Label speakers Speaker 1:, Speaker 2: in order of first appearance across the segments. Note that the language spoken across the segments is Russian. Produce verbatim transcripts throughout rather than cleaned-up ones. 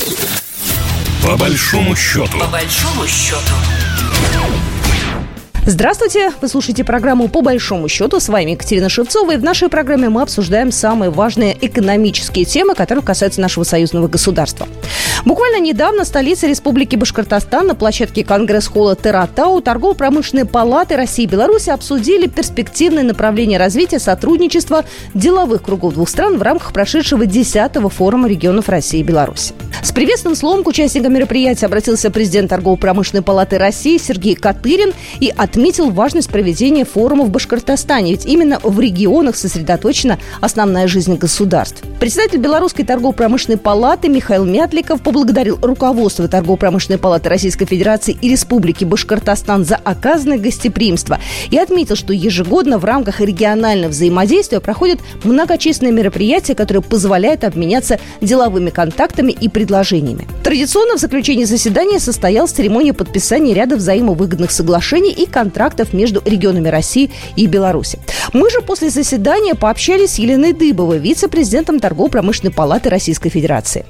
Speaker 1: По большому счету.
Speaker 2: По большому счету.
Speaker 3: Здравствуйте! Вы слушаете программу «По большому счету». С вами Екатерина Шевцова. И в нашей программе мы обсуждаем самые важные экономические темы, которые касаются нашего союзного государства. Буквально недавно в столице Республики Башкортостан на площадке Конгресс-холла Тератау торгово-промышленные палаты России и Беларуси обсудили перспективные направления развития сотрудничества деловых кругов двух стран в рамках прошедшего десятого форума регионов России и Беларуси. С приветственным словом к участникам мероприятия обратился президент торгово-промышленной палаты России Сергей Катырин и отметил важность проведения форума в Башкортостане, ведь именно в регионах сосредоточена основная жизнь государств. Председатель Белорусской торгово-промышленной палаты Михаил Мятликов поблагодарил руководство торгово-промышленной палаты Российской Федерации и Республики Башкортостан за оказанное гостеприимство и отметил, что ежегодно в рамках регионального взаимодействия проходят многочисленные мероприятия, которые позволяют обменяться деловыми контактами и предложениями. Традиционно в заключении заседания состоялась церемония подписания ряда взаимовыгодных соглашений и контрактов между регионами России и Беларуси. Мы же после заседания пообщались с Еленой Дыбовой, вице-президентом торгово-промышленной палаты Российской Федерации.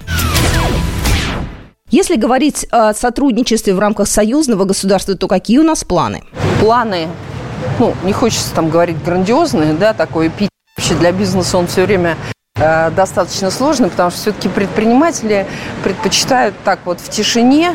Speaker 3: Если говорить о сотрудничестве в рамках союзного государства, то какие у нас планы?
Speaker 4: Планы, ну, не хочется там говорить грандиозные, да, такое пить вообще для бизнеса он все время э, достаточно сложный, потому что все-таки предприниматели предпочитают так вот в тишине,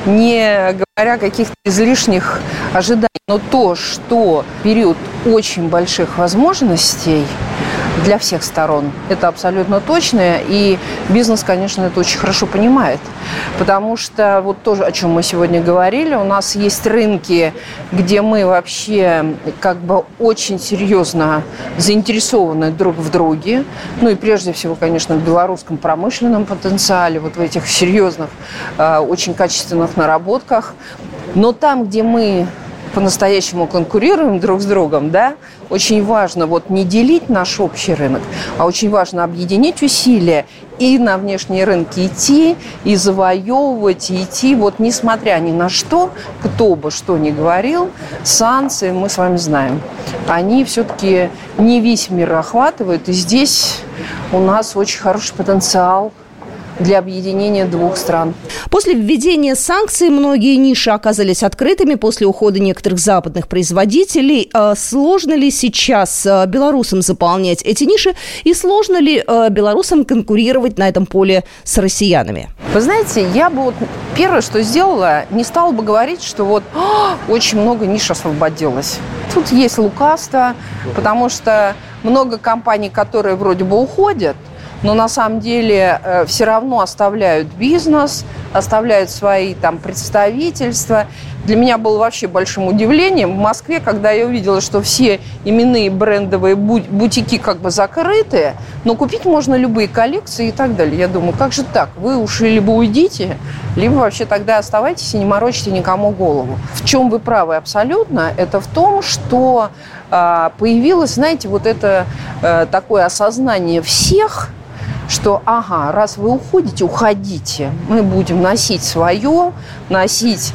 Speaker 4: не говоря о каких-то излишних ожиданий. Но то, что период очень больших возможностей для всех сторон, это абсолютно точно, и бизнес, конечно, это очень хорошо понимает, потому что вот то, о чем мы сегодня говорили, у нас есть рынки, где мы вообще как бы очень серьезно заинтересованы друг в друге, ну и прежде всего, конечно, в белорусском промышленном потенциале, вот в этих серьезных, очень качественных наработках, но там, где мы по-настоящему конкурируем друг с другом, да, очень важно вот не делить наш общий рынок, а очень важно объединить усилия и на внешние рынки идти, и завоевывать, и идти, вот несмотря ни на что, кто бы что ни говорил, санкции, мы с вами знаем, они все-таки не весь мир охватывают, и здесь у нас очень хороший потенциал для объединения двух стран.
Speaker 3: После введения санкций многие ниши оказались открытыми после ухода некоторых западных производителей. Сложно ли сейчас белорусам заполнять эти ниши и сложно ли белорусам конкурировать на этом поле с россиянами?
Speaker 4: Вы знаете, я бы вот первое, что сделала, не стала бы говорить, что вот очень много ниш освободилось. Тут есть лукавство, потому что много компаний, которые вроде бы уходят, но на самом деле э, все равно оставляют бизнес, оставляют свои там представительства. Для меня было вообще большим удивлением в Москве, когда я увидела, что все именные брендовые бутики как бы закрыты, но купить можно любые коллекции и так далее. Я думаю, как же так? Вы уж либо уйдите, либо вообще тогда оставайтесь и не морочите никому голову. В чем вы правы абсолютно, это в том, что э, появилось, знаете, вот это э, такое осознание всех, что, ага, раз вы уходите, уходите. Мы будем носить свое, носить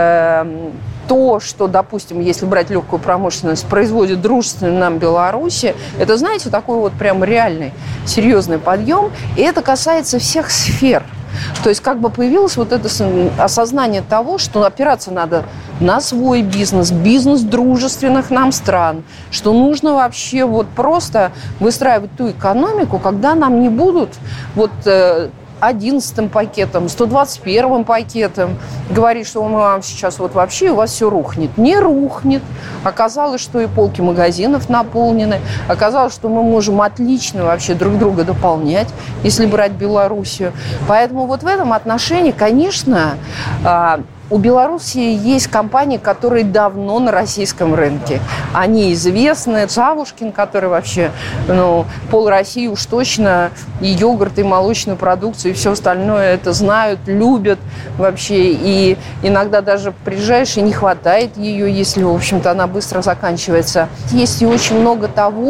Speaker 4: э, то, что, допустим, если брать легкую промышленность, производит дружественную нам Беларуси. Это, знаете, такой вот прям реальный, серьезный подъем. И это касается всех сфер. То есть как бы появилось вот это осознание того, что опираться надо на свой бизнес, бизнес дружественных нам стран, что нужно вообще вот просто выстраивать ту экономику, когда нам не будут вот одиннадцатым пакетом, сто двадцать первым пакетом говорить, что мы вам сейчас вот вообще у вас все рухнет. Не рухнет. Оказалось, что и полки магазинов наполнены. Оказалось, что мы можем отлично вообще друг друга дополнять, если брать Белоруссию. Поэтому вот в этом отношении, конечно, у Белоруссии есть компании, которые давно на российском рынке. Они известны. Савушкин, который вообще, ну, пол России уж точно и йогурт, и молочную продукцию, и все остальное это знают, любят вообще. И иногда даже приезжаешь, и не хватает ее, если, в общем-то, она быстро заканчивается. Есть и очень много того,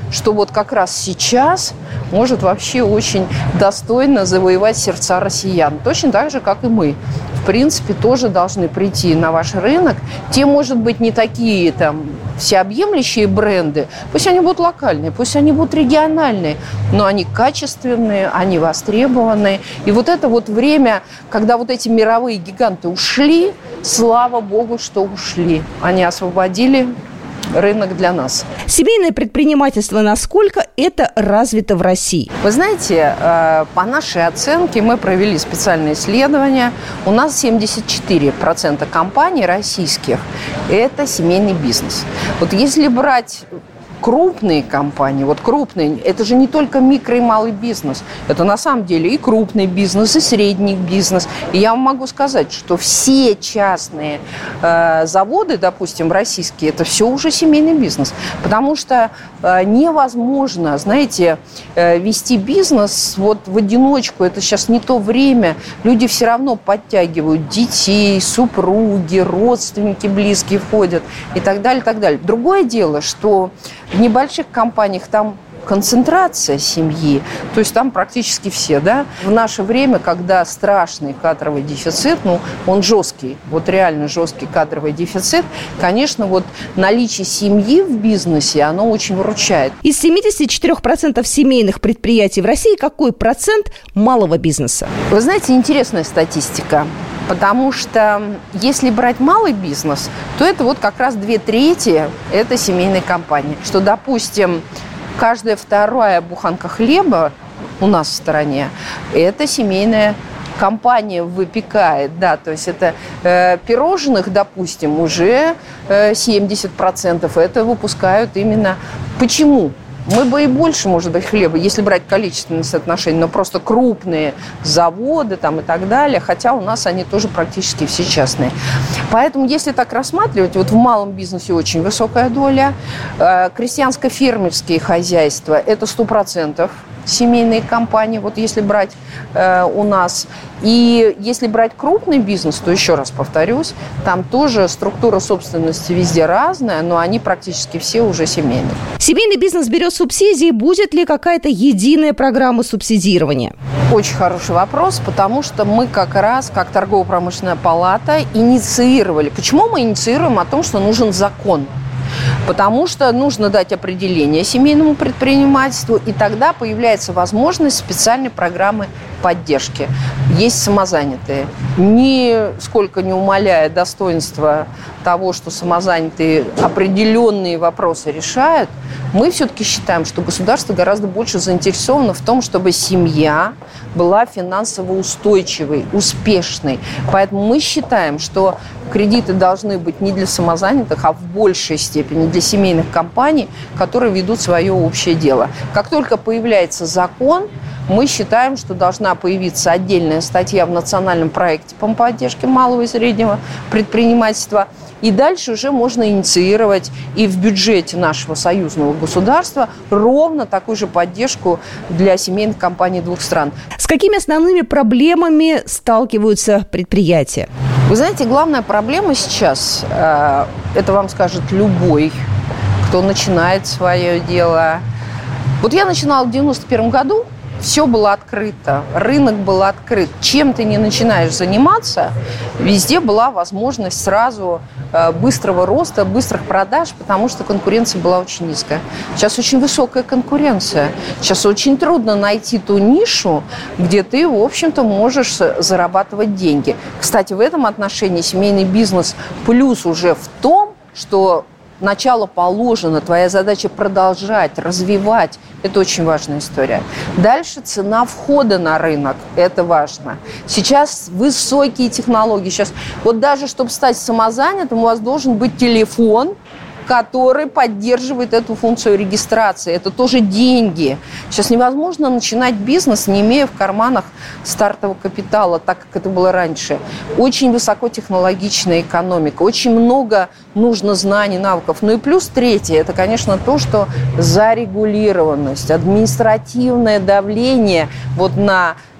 Speaker 4: что вот как раз сейчас может вообще очень достойно завоевать сердца россиян. Точно так же, как и мы. В принципе, тоже должны прийти на ваш рынок. Те, может быть, не такие там всеобъемлющие бренды. Пусть они будут локальные, пусть они будут региональные, но они качественные, они востребованные. И вот это вот время, когда вот эти мировые гиганты ушли, слава богу, что ушли. Они освободили рынок для нас.
Speaker 3: Семейное предпринимательство, насколько это развито в России?
Speaker 4: Вы знаете, по нашей оценке, мы провели специальное исследование, у нас семьдесят четыре процента компаний российских – это семейный бизнес. Вот если брать крупные компании, вот крупные, это же не только микро и малый бизнес, это на самом деле и крупный бизнес, и средний бизнес. И я вам могу сказать, что все частные э, заводы, допустим, российские, это все уже семейный бизнес, потому что э, невозможно, знаете, э, вести бизнес вот в одиночку, это сейчас не то время, люди все равно подтягивают детей, супруги, родственники близкие входят и так далее, и так далее. Другое дело, что в небольших компаниях там концентрация семьи, то есть там практически все, да. В наше время, когда страшный кадровый дефицит, ну, он жесткий, вот реально жесткий кадровый дефицит, конечно, вот наличие семьи в бизнесе, оно очень выручает.
Speaker 3: Из семьдесят четыре процента семейных предприятий в России какой процент малого бизнеса?
Speaker 4: Вы знаете, интересная статистика. Потому что если брать малый бизнес, то это вот как раз две трети – это семейные компании. Что, допустим, каждая вторая буханка хлеба у нас в стране – это семейная компания выпекает. Да, то есть это э, пирожных, допустим, уже э, семьдесят процентов это выпускают именно. Почему? Мы бы и больше, может быть, хлеба, если брать количественное соотношение, но просто крупные заводы там и так далее, хотя у нас они тоже практически все частные. Поэтому, если так рассматривать, вот в малом бизнесе очень высокая доля, э, крестьянско-фермерские хозяйства – это сто процентов семейные компании, вот если брать э, у нас. И если брать крупный бизнес, то, еще раз повторюсь, там тоже структура собственности везде разная, но они практически все уже семейные.
Speaker 3: Семейный бизнес берет субсидии. Будет ли какая-то единая программа субсидирования?
Speaker 4: Очень хороший вопрос, потому что мы как раз, как торгово-промышленная палата, инициировали. Почему мы инициируем о том, что нужен закон? Потому что нужно дать определение семейному предпринимательству, и тогда появляется возможность специальной программы поддержки. Есть самозанятые. Нисколько не умаляя достоинства того, что самозанятые определенные вопросы решают, мы все-таки считаем, что государство гораздо больше заинтересовано в том, чтобы семья была финансово устойчивой, успешной. Поэтому мы считаем, что кредиты должны быть не для самозанятых, а в большей степени для семейных компаний, которые ведут свое общее дело. Как только появляется закон, мы считаем, что должна появиться отдельная статья в национальном проекте по поддержке малого и среднего предпринимательства. И дальше уже можно инициировать и в бюджете нашего союзного государства ровно такую же поддержку для семейных компаний двух стран.
Speaker 3: С какими основными проблемами сталкиваются предприятия?
Speaker 4: Вы знаете, главная проблема сейчас, э, это вам скажет любой, кто начинает свое дело. Вот я начинала в девяносто первом году, все было открыто, рынок был открыт. Чем ты не начинаешь заниматься, везде была возможность сразу э, быстрого роста, быстрых продаж, потому что конкуренция была очень низкая. Сейчас очень высокая конкуренция. Сейчас очень трудно найти ту нишу, где ты, в общем-то, можешь зарабатывать деньги. Кстати, в этом отношении семейный бизнес плюс уже в том, что начало положено, твоя задача продолжать, развивать. Это очень важная история. Дальше цена входа на рынок. Это важно. Сейчас высокие технологии. Сейчас вот даже, чтобы стать самозанятым, у вас должен быть телефон, который поддерживает эту функцию регистрации. Это тоже деньги. Сейчас невозможно начинать бизнес, не имея в карманах стартового капитала, так как это было раньше. Очень высокотехнологичная экономика, очень много нужно знаний, навыков. Ну и плюс третье, это, конечно, то, что зарегулированность, административное давление вот на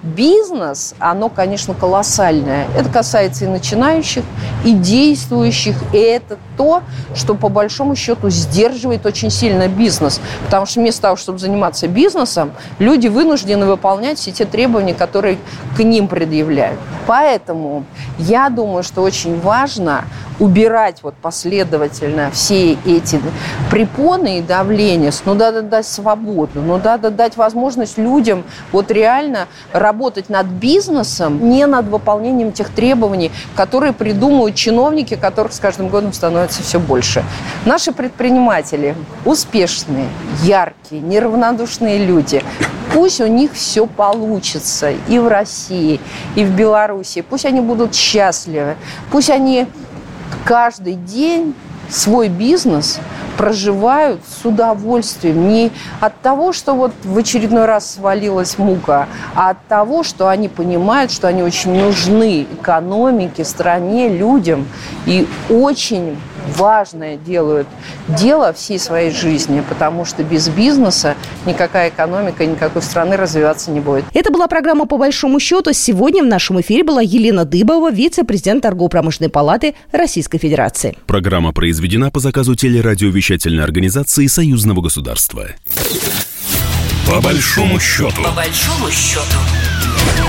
Speaker 4: бизнес, оно, конечно, колоссальное. Это касается и начинающих, и действующих. И это то, что, по большому счету, сдерживает очень сильно бизнес. Потому что вместо того, чтобы заниматься бизнесом, люди вынуждены выполнять все те требования, которые к ним предъявляют. Поэтому я думаю, что очень важно убирать вот последовательно все эти препоны и давления. Ну, надо дать свободу, ну, надо дать возможность людям вот реально работать над бизнесом, не над выполнением тех требований, которые придумывают чиновники, которых с каждым годом становится все больше. Наши предприниматели успешные, яркие, неравнодушные люди. Пусть у них все получится и в России, и в Беларуси. Пусть они будут счастливы. Пусть они каждый день свой бизнес проживают с удовольствием. Не от того, что вот в очередной раз свалилась мука, а от того, что они понимают, что они очень нужны экономике, стране, людям. И очень важное делают дело всей своей жизни, потому что без бизнеса никакая экономика, никакой страны развиваться не будет.
Speaker 3: Это была программа «По большому счету». Сегодня в нашем эфире была Елена Дыбова, вице-президент Торгово-промышленной палаты Российской Федерации.
Speaker 1: Программа произведена по заказу телерадиовещательной организации Союзного государства. По большому счету.
Speaker 2: По большому счету.